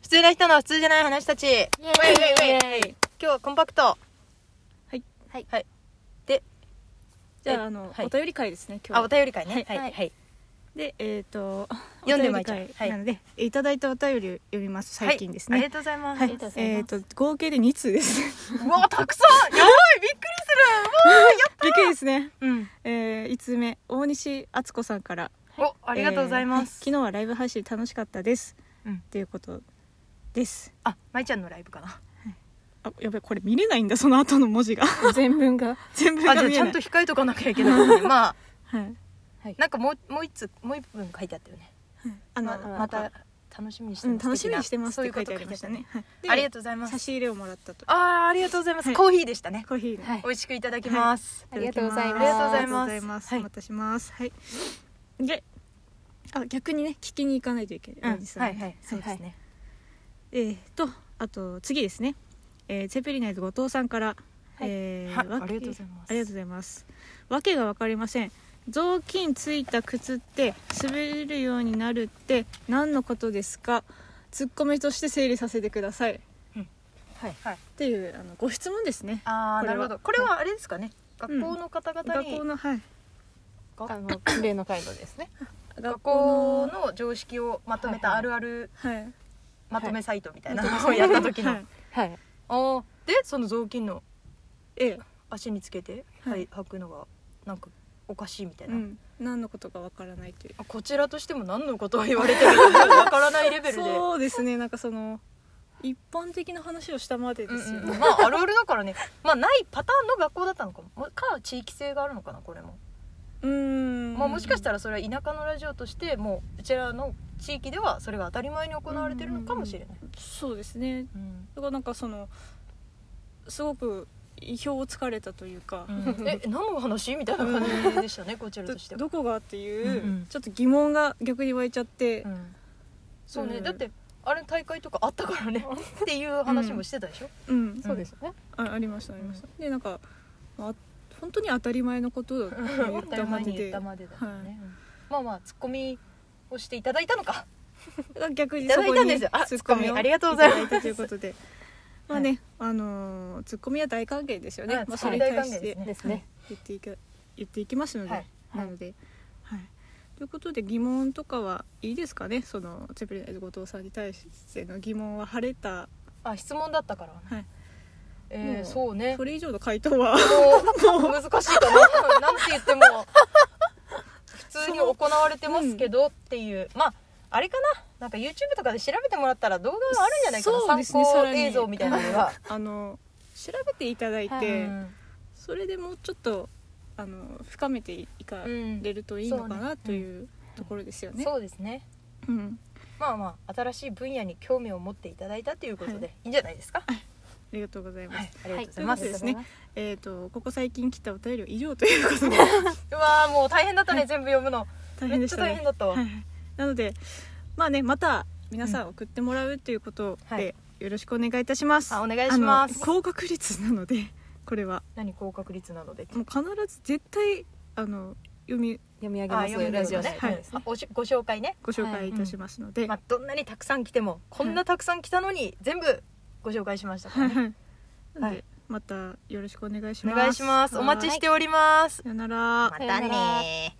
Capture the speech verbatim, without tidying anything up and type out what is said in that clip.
通な人の普通じゃない話たち。イエーイイエーイイエーイ。今日はコンパクト。 はいはいはい。で、 じゃああの、はい、お便り会ですね今日は。 あ、お便り会ね。 はいはい、はい、でえっ、ー、と読んでまいりたいなので、はい、いただいたお便りを読みます最近ですね、 はい、ありがとうございます、 はい、えっ、ー、と合計でに通ですうわたくさんやばいびっくりするわやったびっくりですね、 うんえー、いちつうめ大西敦子さんから、 おありがとうございます、 えーはい、昨日はライブ配信楽しかったです、 うん、 っていうことです。 あ、まいちゃんのライブかな、 あ、やべこれ見れないんだその後の文字が全文が全文が見えない。 あ、じゃあちゃんと控えとかなきゃいけないのでまあ、 はいはい、なんかもうもう一つもう一文書いてあったよね、 はい、あの、 ま、また楽しみにしてます、うん、 楽しみにしてますって書いてありましたね、はい、 ありがとうございます。 差し入れをもらったと。 あーありがとうございます、はい、コーヒーでしたね。 コーヒー、 はい、美味しくいただきます、 はい、ありがとうございます。 ありがとうございます。 ありがとうございます、はい、お待たせします。はい。で、あ逆にね聞きに行かないといけないですね、 うん、はいはいそうですね、 えーとあと次ですね、えー、ツェペリナイズ後藤さんから、はいえー、 ありがとうございます。 ありがとうございます。わけが分かりません。雑巾ついた靴って滑るようになるって何のことですか。ツッコミとして整理させてください、 うん、はいはいっていうあのご質問ですね。 ああなるほど。これはあれですかね、学校の方々に、 うん、学校のはいあの例の回路ですね学校の常識をまとめたあるあるまとめサイトみたいなのをやった時の、はいはい、 あでその雑巾のえ足につけて、はい、履くのがなんかおかしいみたいな、 うん、何のことかわからないという。 こちらとしても何のことを言われてるのかわからないレベルでそうですね、なんかその一般的な話をしたまでですよね、 うんうん、まああるあるだからねまあないパターンの学校だったのかもか地域性があるのかなこれもうーん、 まあ、もしかしたらそれは田舎のラジオとしてもううちらの地域ではそれが当たり前に行われてるのかもしれない、うんうんうん、 そうですね、うん、だからなんかそのすごく意表をつかれたというか、うん、 え何の話みたいな感じでしたねこちらとしてはど, どこがっていう、うんうん、ちょっと疑問が逆に湧いちゃって、うん、 そうね、うん、だってあれ大会とかあったからねっていう話もしてたでしょ、 うん、うん、 そうですよね、 あ, ありましたありました、うん、でなんかあ本当に当たり前のことだと言ったまでで、 言ったまでだよね、はい、まあまあツッコミをしていただいたのか逆にそこにツッコミをありがとうございますということでまあね、はい、あのー、ツッコミは大歓迎ですよね、まあ、それに対してですね、 言っていか言っていきますので、 はい、 なので、はい、ということで疑問とかはいいですかね。そのツェペリナイズ後藤さんに対しての疑問は晴れた。 あ質問だったから、ね、 はいえー、そうねそれ以上の回答はもう難しいかななんて言っても普通に行われてますけどっていう、うん、まああれかななんか YouTube とかで調べてもらったら動画があるんじゃないかな、ね、参考映像みたいなのがあの調べていただいて、はい、それでもうちょっとあの深めていかれるといいのかな、うん、というところですよね。 そうですね、 うん、 まあまあ新しい分野に興味を持っていただいたということで、はい、いいんじゃないですか。 ありがとうございます、はい、 ありがとうございます、 ということですね、えーと、ここ最近来たお便りは以上ということでうわーもう大変だったね、はい、全部読むの大変でした、ね、 めっちゃ大変だったわ、 はい、なのでまあねまた皆さん送ってもらうということで、うん、よろしくお願いいたします。 あお願いします。 高確率なのでこれは何高確率なのでもう必ず絶対あの読み読み上げますよラジオね、 はい、ご, ご紹介ねご紹介いたしますので、 はいうんまあ、どんなにたくさん来てもこんなたくさん来たのに全部ご紹介しましたからね、はいなので、はい、またよろしくお願いします。 お願いします。お待ちしております。 さよなら。 またね。